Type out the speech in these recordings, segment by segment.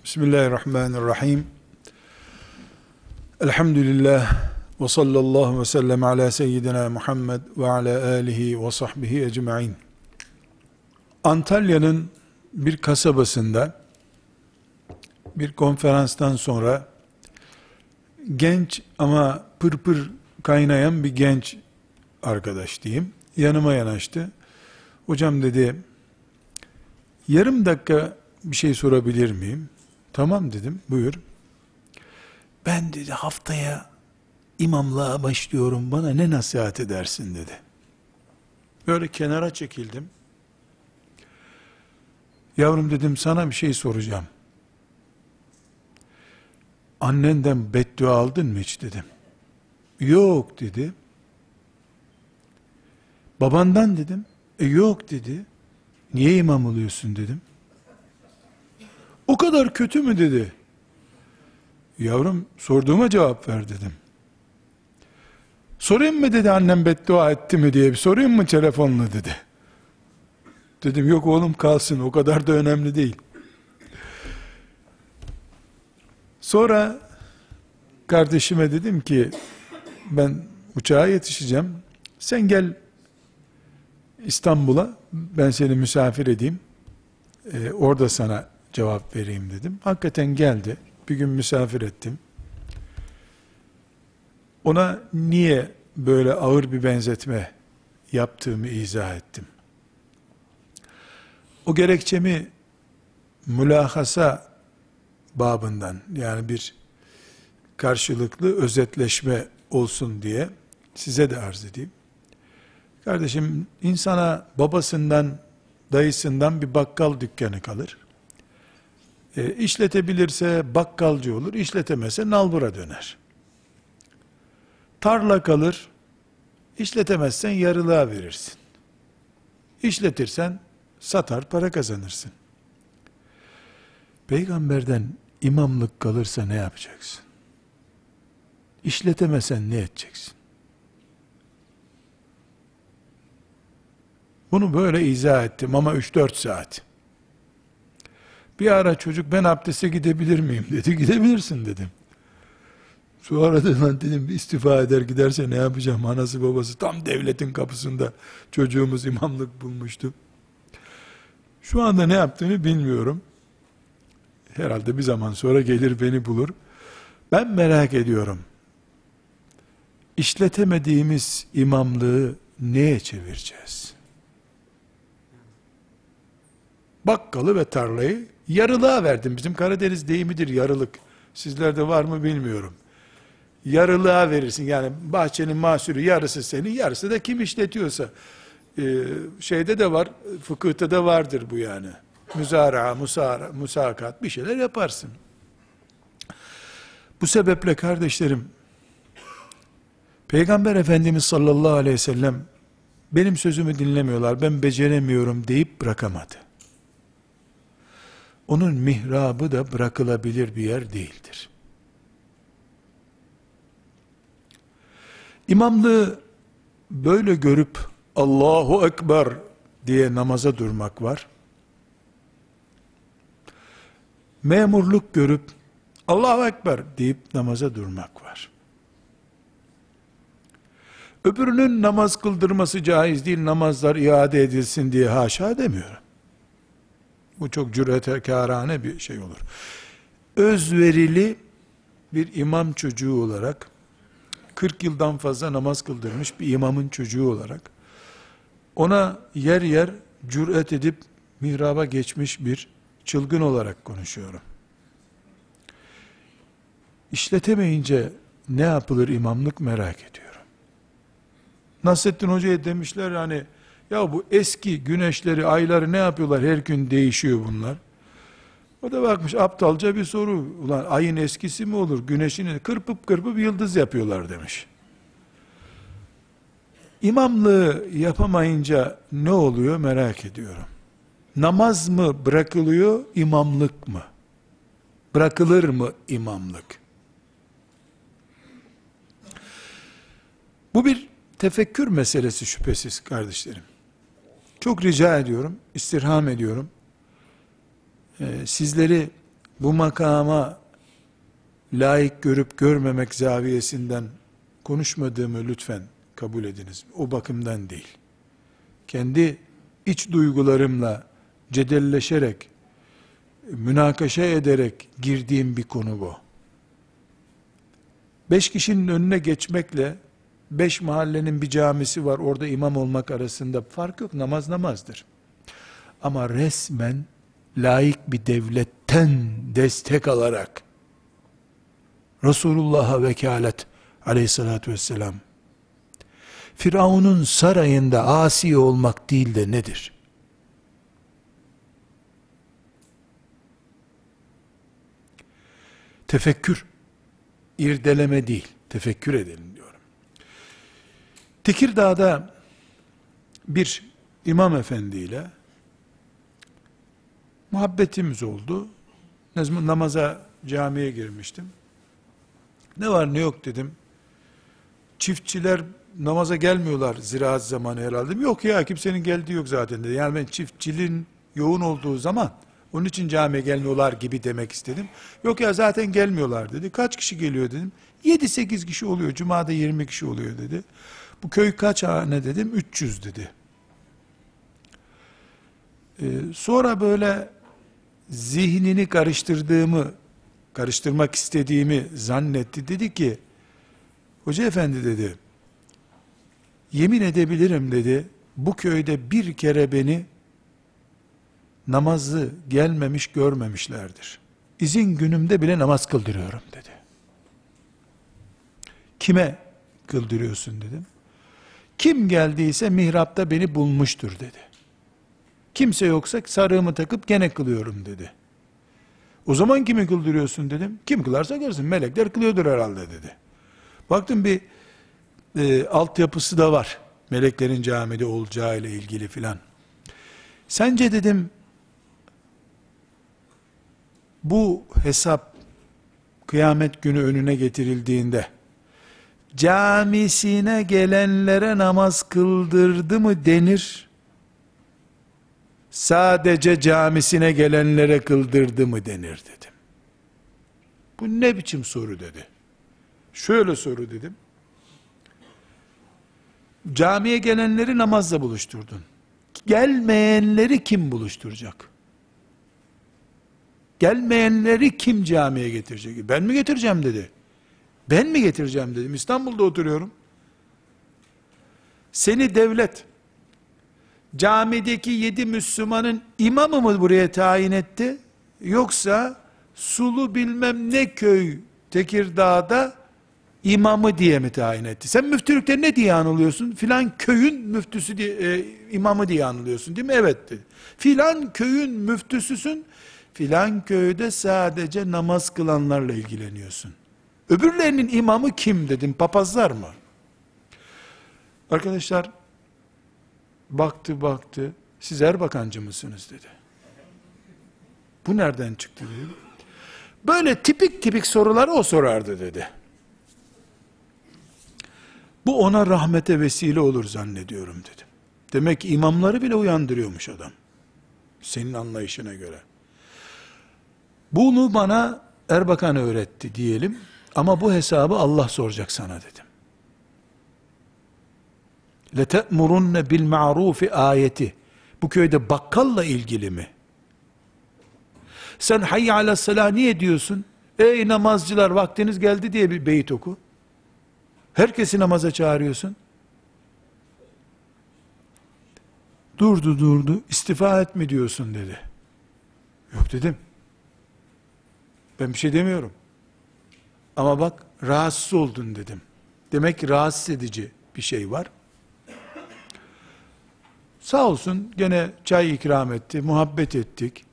Bismillahirrahmanirrahim. Elhamdülillah ve sallallahu ve sellem ala seyyidina Muhammed ve ala alihi ve sahbihi ecmaîn. Antalya'nın bir kasabasında bir konferanstan sonra genç ama pırpır kaynayan bir genç arkadaş diyeyim, yanıma yanaştı. Hocam dedi, yarım dakika bir şey sorabilir miyim? Tamam dedim, buyur. Ben dedi haftaya imamlığa başlıyorum, bana ne nasihat edersin dedi. Böyle kenara çekildim. Yavrum dedim, sana bir şey soracağım. Annenden beddua aldın mı hiç dedim. Yok dedi. Babandan dedim. Yok dedi. Niye imam oluyorsun dedim. O kadar kötü mü dedi. Yavrum sorduğuma cevap ver dedim. Sorayım mı dedi, annem beddua etti mi diye bir sorayım mı telefonla dedi. Dedim yok oğlum, kalsın, o kadar da önemli değil. Sonra kardeşime dedim ki ben uçağa yetişeceğim. Sen gel İstanbul'a, ben seni misafir edeyim. Orada sana cevap vereyim dedim. Hakikaten geldi. Bir gün misafir ettim. Ona niye böyle ağır bir benzetme yaptığımı izah ettim. O gerekçemi mülahasa babından, yani bir karşılıklı özetleşme olsun diye size de arz edeyim. Kardeşim, insana babasından, dayısından bir bakkal dükkanı kalır. İşletebilirse bakkalcı olur, işletemezse nalbura döner. Tarla kalır, işletemezsen yarılığa verirsin. İşletirsen satar, para kazanırsın. Peygamberden imamlık kalırsa ne yapacaksın? İşletemezsen ne edeceksin? Bunu böyle izah ettim ama 3-4 saat. Bir ara çocuk, ben abdeste gidebilir miyim dedi. Gidebilirsin dedim. Sonra da ben dedim, istifa eder giderse ne yapacağım? Anası babası tam devletin kapısında çocuğumuz imamlık bulmuştu. Şu anda ne yaptığını bilmiyorum. Herhalde bir zaman sonra gelir beni bulur. Ben merak ediyorum. İşletemediğimiz imamlığı neye çevireceğiz? Bakkalı ve tarlayı yarılığa verdim. Bizim Karadeniz deyimidir yarılık. Sizlerde var mı bilmiyorum. Yarılığa verirsin. Yani bahçenin mahsulü yarısı senin, yarısı da kim işletiyorsa. Şeyde de var, fıkıhta da vardır bu yani. Müzara, musakat bir şeyler yaparsın. Bu sebeple kardeşlerim, Peygamber Efendimiz sallallahu aleyhi ve sellem benim sözümü dinlemiyorlar, ben beceremiyorum deyip bırakamadı. Onun mihrabı da bırakılabilir bir yer değildir. İmamlığı böyle görüp Allahu Ekber diye namaza durmak var. Memurluk görüp Allahu Ekber deyip namaza durmak var. Öbürünün namaz kıldırması caiz değil, namazlar iade edilsin diye haşa demiyorum. Bu çok cüretkârane bir şey olur. Özverili bir imam çocuğu olarak, 40 yıldan fazla namaz kıldırmış bir imamın çocuğu olarak, ona yer yer cüret edip mihraba geçmiş bir çılgın olarak konuşuyorum. İşletemeyince ne yapılır imamlık merak ediyorum. Nasrettin Hoca'ya demişler hani, ya bu eski güneşleri, ayları ne yapıyorlar? Her gün değişiyor bunlar. O da bakmış aptalca bir soru. Ulan ayın eskisi mi olur? Güneşini kırpıp kırpıp yıldız yapıyorlar demiş. İmamlığı yapamayınca ne oluyor merak ediyorum. Namaz mı bırakılıyor, imamlık mı? Bırakılır mı imamlık? Bu bir tefekkür meselesi şüphesiz kardeşlerim. Çok rica ediyorum, istirham ediyorum. Sizleri bu makama layık görüp görmemek zaviyesinden konuşmadığımı lütfen kabul ediniz. O bakımdan değil. Kendi iç duygularımla cedelleşerek, münakaşa ederek girdiğim bir konu bu. 5 kişinin önüne geçmekle 5 mahallenin bir camisi var, orada imam olmak arasında fark yok. Namaz namazdır. Ama resmen laik bir devletten destek alarak Resulullah'a vekalet aleyhissalatü vesselam, Firavun'un sarayında asi olmak değil de nedir? Tefekkür, irdeleme değil, tefekkür edelim diyorum. Tekirdağ'da bir imam efendiyle muhabbetimiz oldu. Namaza camiye girmiştim. Ne var ne yok dedim. Çiftçiler namaza gelmiyorlar ziraat zamanı herhalde. Yok ya, kimsenin geldiği yok zaten dedi. Yani ben çiftçiliğin yoğun olduğu zaman onun için camiye gelmiyorlar gibi demek istedim. Yok ya, zaten gelmiyorlar dedi. Kaç kişi geliyor dedim. 7-8 kişi oluyor. Cuma'da 20 kişi oluyor dedi. Bu köy kaç hane dedim. 300 dedi. Sonra böyle zihnini karıştırmak istediğimi zannetti. Dedi ki, hoca efendi dedi, yemin edebilirim dedi, bu köyde bir kere beni namazı gelmemiş görmemişlerdir. İzin günümde bile namaz kıldırıyorum dedi. Kime kıldırıyorsun dedim. Kim geldiyse mihrapta beni bulmuştur dedi. Kimse yoksa sarığımı takıp gene kılıyorum dedi. O zaman kimi kıldırıyorsun dedim. Kim kılarsa kılsın, melekler kılıyordur herhalde dedi. Baktım bir altyapısı da var. Meleklerin camide olacağı ile ilgili filan. Sence dedim, bu hesap kıyamet günü önüne getirildiğinde camisine gelenlere namaz kıldırdı mı denir? Sadece camisine gelenlere kıldırdı mı denir dedim. Bu ne biçim soru dedi. Şöyle soru dedim. Camiye gelenleri namazla buluşturdun. Gelmeyenleri kim buluşturacak? Gelmeyenleri kim camiye getirecek? Ben mi getireceğim dedi. Ben mi getireceğim dedim. İstanbul'da oturuyorum. Seni devlet camideki 7 Müslümanın imamı mı buraya tayin etti? Yoksa Sulu bilmem ne köy Tekirdağ'da imamı diye mi tayin etti? Sen müftülükte ne diye anılıyorsun? Filan köyün müftüsü diye, imamı diye anılıyorsun değil mi? Evet dedi. Filan köyün müftüsüsün, filan köyde sadece namaz kılanlarla ilgileniyorsun. Öbürlerinin imamı kim dedim, papazlar mı? Arkadaşlar baktı, siz Erbakancı mısınız dedi. Bu nereden çıktı dedi. Böyle tipik soruları o sorardı dedi. Bu ona rahmete vesile olur zannediyorum dedim. Demek ki imamları bile uyandırıyormuş adam. Senin anlayışına göre. Bunu bana Erbakan öğretti diyelim. Ama bu hesabı Allah soracak sana dedim. لَتَأْمُرُنَّ بِالْمَعْرُوفِ ayeti bu köyde bakkalla ilgili mi? Sen hayy aleyhisselah niye diyorsun? Ey namazcılar vaktiniz geldi diye bir beyit oku. Herkesi namaza çağırıyorsun. Durdu, istifa et mi diyorsun dedi. Yok dedim. Ben bir şey demiyorum. Ama bak rahatsız oldun dedim. Demek ki rahatsız edici bir şey var. Sağ olsun gene çay ikram etti, muhabbet ettik.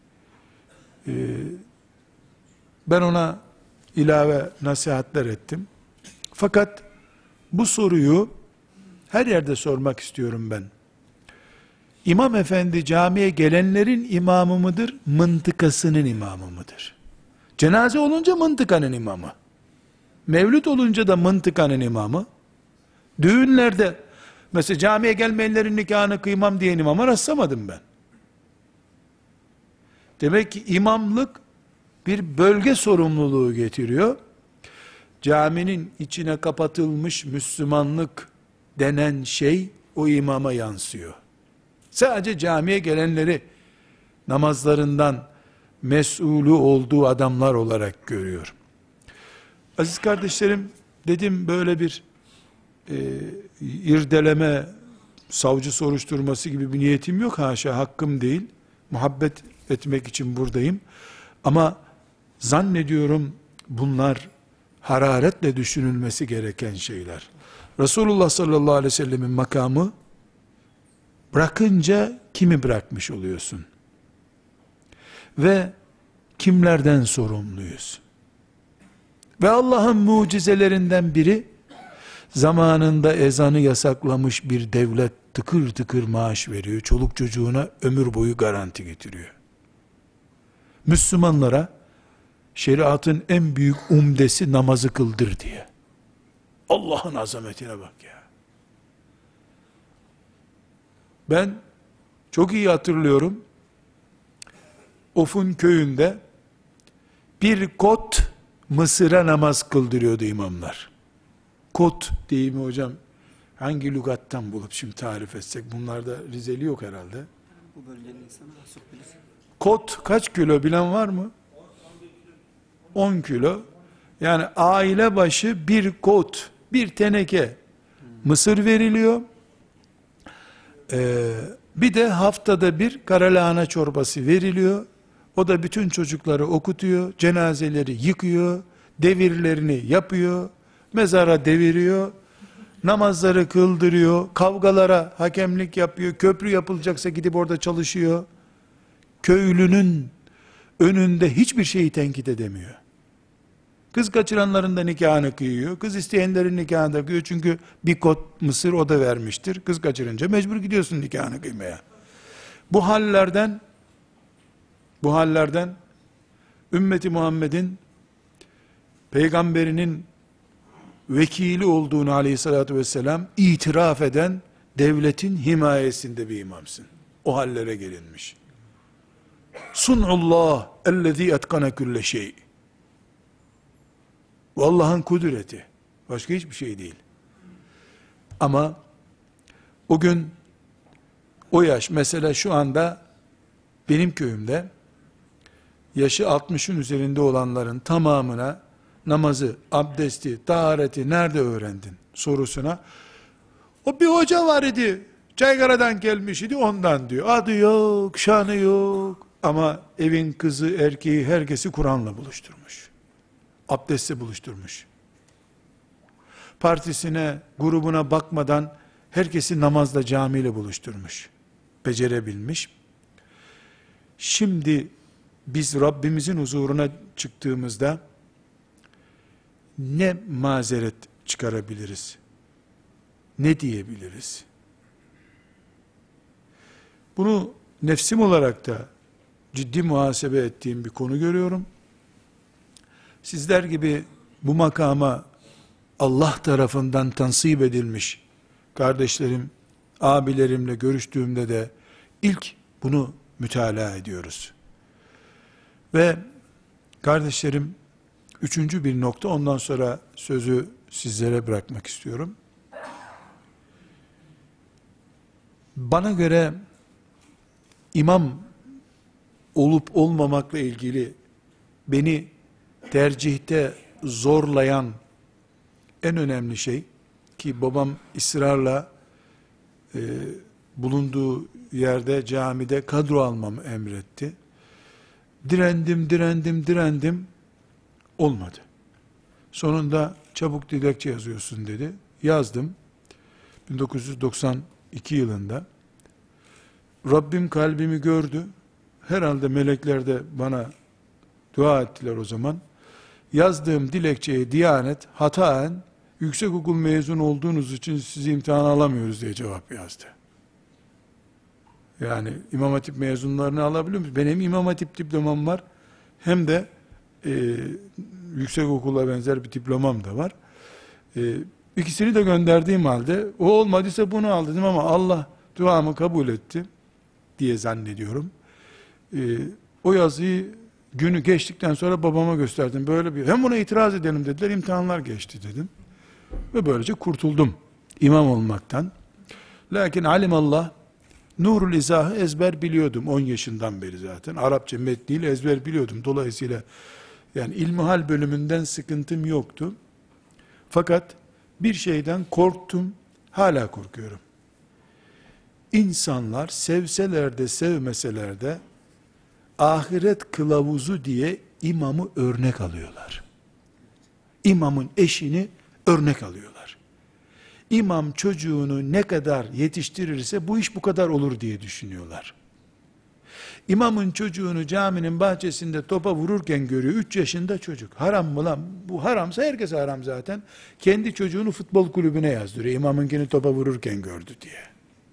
Ben ona ilave nasihatler ettim. Fakat bu soruyu her yerde sormak istiyorum ben. İmam efendi camiye gelenlerin imamı mıdır, mıntıkasının imamı mıdır? Cenaze olunca mıntıkanın imamı. Mevlüt olunca da mıntıkanın imamı. Düğünlerde mesela camiye gelmeyenlerin nikahını kıymam diyen imama rastlamadım ben. Demek ki imamlık bir bölge sorumluluğu getiriyor. Caminin içine kapatılmış Müslümanlık denen şey o imama yansıyor. Sadece camiye gelenleri namazlarından mesulü olduğu adamlar olarak görüyor. Aziz kardeşlerim, dedim böyle bir irdeleme, savcı soruşturması gibi bir niyetim yok, haşa, hakkım değil. Muhabbet etmek için buradayım. Ama zannediyorum bunlar hararetle düşünülmesi gereken şeyler. Resulullah sallallahu aleyhi ve sellemin makamı, bırakınca kimi bırakmış oluyorsun? Ve kimlerden sorumluyuz? Ve Allah'ın mucizelerinden biri, zamanında ezanı yasaklamış bir devlet tıkır tıkır maaş veriyor. Çoluk çocuğuna ömür boyu garanti getiriyor. Müslümanlara şeriatın en büyük umdesi namazı kıldır diye. Allah'ın azametine bak ya. Ben çok iyi hatırlıyorum. Of'un köyünde bir kot Mısır'a namaz kıldırıyordu imamlar. Kot deyimi hocam hangi lügattan bulup şimdi tarif etsek, bunlarda Rizeli yok herhalde. Bu bölgenin insanı az çok bilir. Kot kaç kilo bilen var mı? 10 kilo. Yani aile başı bir kot, bir teneke mısır veriliyor. Bir de haftada bir karalahana çorbası veriliyor. O da bütün çocukları okutuyor, cenazeleri yıkıyor, devirlerini yapıyor, mezara deviriyor, namazları kıldırıyor, kavgalara hakemlik yapıyor, köprü yapılacaksa gidip orada çalışıyor. Köylünün önünde hiçbir şeyi tenkit edemiyor. Kız kaçıranların da nikahını kıyıyor, kız isteyenlerin nikahını da kıyıyor, çünkü bir kot mısır o da vermiştir. Kız kaçırınca mecbur gidiyorsun nikahını kıymaya. Bu hallerden ümmeti Muhammed'in peygamberinin vekili olduğunu aleyhissalatü vesselam itiraf eden devletin himayesinde bir imamsın. O hallere gelinmiş. Sun'ullah ellezî etkana külle şey. Bu Allah'ın kudreti. Başka hiçbir şey değil. Ama o gün, o yaş, mesela şu anda benim köyümde yaşı 60'ın üzerinde olanların tamamına namazı, abdesti, tahareti nerede öğrendin sorusuna, o bir hoca var idi, Çaykara'dan gelmiş idi, ondan diyor. Adı yok, şanı yok. Ama evin kızı, erkeği, herkesi Kur'an'la buluşturmuş. Abdestle buluşturmuş. Partisine, grubuna bakmadan herkesi namazla, camiyle buluşturmuş. Becerebilmiş. Şimdi biz Rabbimizin huzuruna çıktığımızda ne mazeret çıkarabiliriz? Ne diyebiliriz? Bunu nefsim olarak da ciddi muhasebe ettiğim bir konu görüyorum. Sizler gibi bu makama Allah tarafından tansip edilmiş kardeşlerim, abilerimle görüştüğümde de ilk bunu mütalaa ediyoruz. Ve kardeşlerim, üçüncü bir nokta, ondan sonra sözü sizlere bırakmak istiyorum. Bana göre imam olup olmamakla ilgili beni tercihte zorlayan en önemli şey, ki babam ısrarla bulunduğu yerde, camide kadro almamı emretti. Direndim, olmadı. Sonunda çabuk dilekçe yazıyorsun dedi. Yazdım. 1992 yılında. Rabbim kalbimi gördü. Herhalde melekler de bana dua ettiler o zaman. Yazdığım dilekçeye Diyanet hataen yüksekokul mezunu olduğunuz için sizi imtihana alamıyoruz diye cevap yazdı. Yani İmam Hatip mezunlarını alabiliyor musunuz? Benim İmam Hatip diplomam var. Hem de yüksekokula benzer bir diplomam da var. İkisini de gönderdiğim halde o olmadıysa bunu al dedim, ama Allah duamı kabul etti diye zannediyorum. O yazıyı Günü geçtikten sonra babama gösterdim. Böyle bir, hem buna itiraz edelim dediler. İmtihanlar geçti dedim. Ve böylece kurtuldum imam olmaktan. Lakin alimallah, Nurul İzah'ı ezber biliyordum 10 yaşından beri zaten. Arapça metniyle ezber biliyordum. Dolayısıyla yani ilmihal bölümünden sıkıntım yoktu. Fakat bir şeyden korktum, hala korkuyorum. İnsanlar sevseler de sevmeseler de ahiret kılavuzu diye imamı örnek alıyorlar. İmamın eşini örnek alıyorlar. İmam çocuğunu ne kadar yetiştirirse bu iş bu kadar olur diye düşünüyorlar. İmamın çocuğunu caminin bahçesinde topa vururken görüyor. 3 yaşında çocuk. Haram mı lan? Bu haramsa herkese haram zaten. Kendi çocuğunu futbol kulübüne yazdırıyor. İmamınkini topa vururken gördü diye.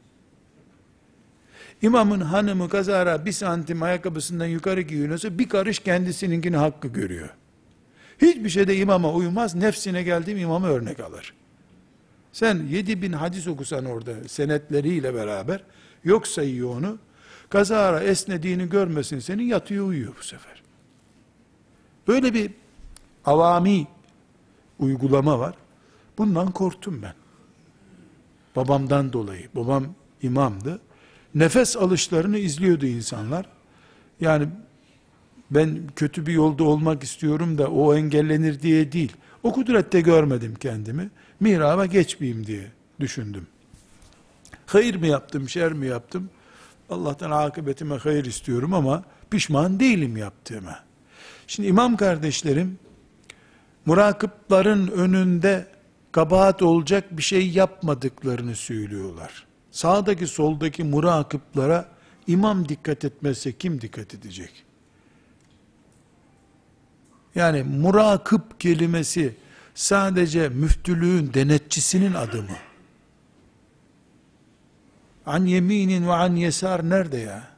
İmamın hanımı kazara 1 santim ayakkabısından yukarı giyiyorsa bir karış kendisininkini hakkı görüyor. Hiçbir şeyde imama uymaz. Nefsine geldiğim imamı örnek alır. Sen 7.000 hadis okusan orada senetleriyle beraber yok sayıyor onu. Kazara esnediğini görmesin senin, yatıyor uyuyor bu sefer. Böyle bir avami uygulama var. Bundan korktum ben. Babamdan dolayı. Babam imamdı. Nefes alışlarını izliyordu insanlar. Yani ben kötü bir yolda olmak istiyorum da o engellenir diye değil. O kudrette görmedim kendimi. Mihraba geçmeyeyim diye düşündüm. Hayır mı yaptım, şer mi yaptım? Allah'tan akıbetime hayır istiyorum ama pişman değilim yaptığıma. Şimdi imam kardeşlerim, murakıpların önünde kabahat olacak bir şey yapmadıklarını söylüyorlar. Sağdaki soldaki murakıplara imam dikkat etmezse kim dikkat edecek? Yani murakıp kelimesi sadece müftülüğün denetçisinin adı mı? An yeminin ve an yesar nerede ya?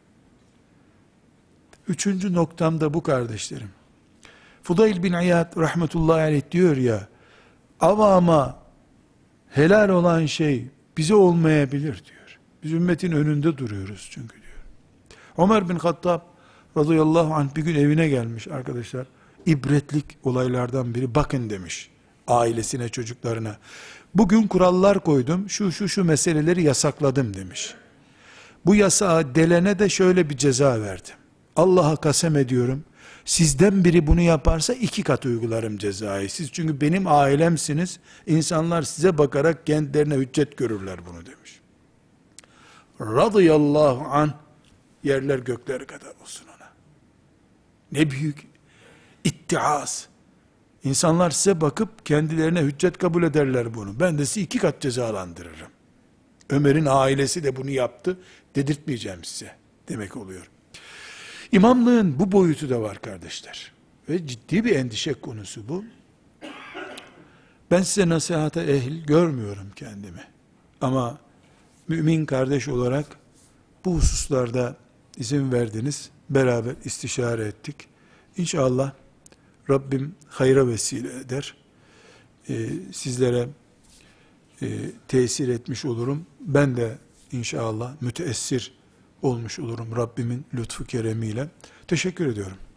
3. noktam da bu kardeşlerim. Fudayl bin İyad rahmetullahi aleyh diyor ya, avama helal olan şey bize olmayabilir diyor. Biz ümmetin önünde duruyoruz çünkü diyor. Ömer bin Hattab radıyallahu anh bir gün evine gelmiş arkadaşlar. İbretlik olaylardan biri, bakın demiş ailesine, çocuklarına. Bugün kurallar koydum, şu meseleleri yasakladım demiş. Bu yasağı delene de şöyle bir ceza verdim. Allah'a kasem ediyorum, sizden biri bunu yaparsa 2 kat uygularım cezayı. Siz çünkü benim ailemsiniz, insanlar size bakarak kendilerine hüccet görürler bunu demiş. Radıyallahu anh, yerler gökler kadar olsun ona. Ne büyük İttiaz. İnsanlar size bakıp kendilerine hüccet kabul ederler bunu. Ben de sizi 2 kat cezalandırırım. Ömer'in ailesi de bunu yaptı, dedirtmeyeceğim size demek oluyor. İmamlığın bu boyutu da var kardeşler. Ve ciddi bir endişe konusu bu. Ben size nasihata ehil görmüyorum kendimi. Ama mümin kardeş olarak bu hususlarda izin verdiniz. Beraber istişare ettik. İnşallah Rabbim hayra vesile eder. Sizlere tesir etmiş olurum. Ben de inşallah müteessir olmuş olurum Rabbimin lütfu keremiyle. Teşekkür ediyorum.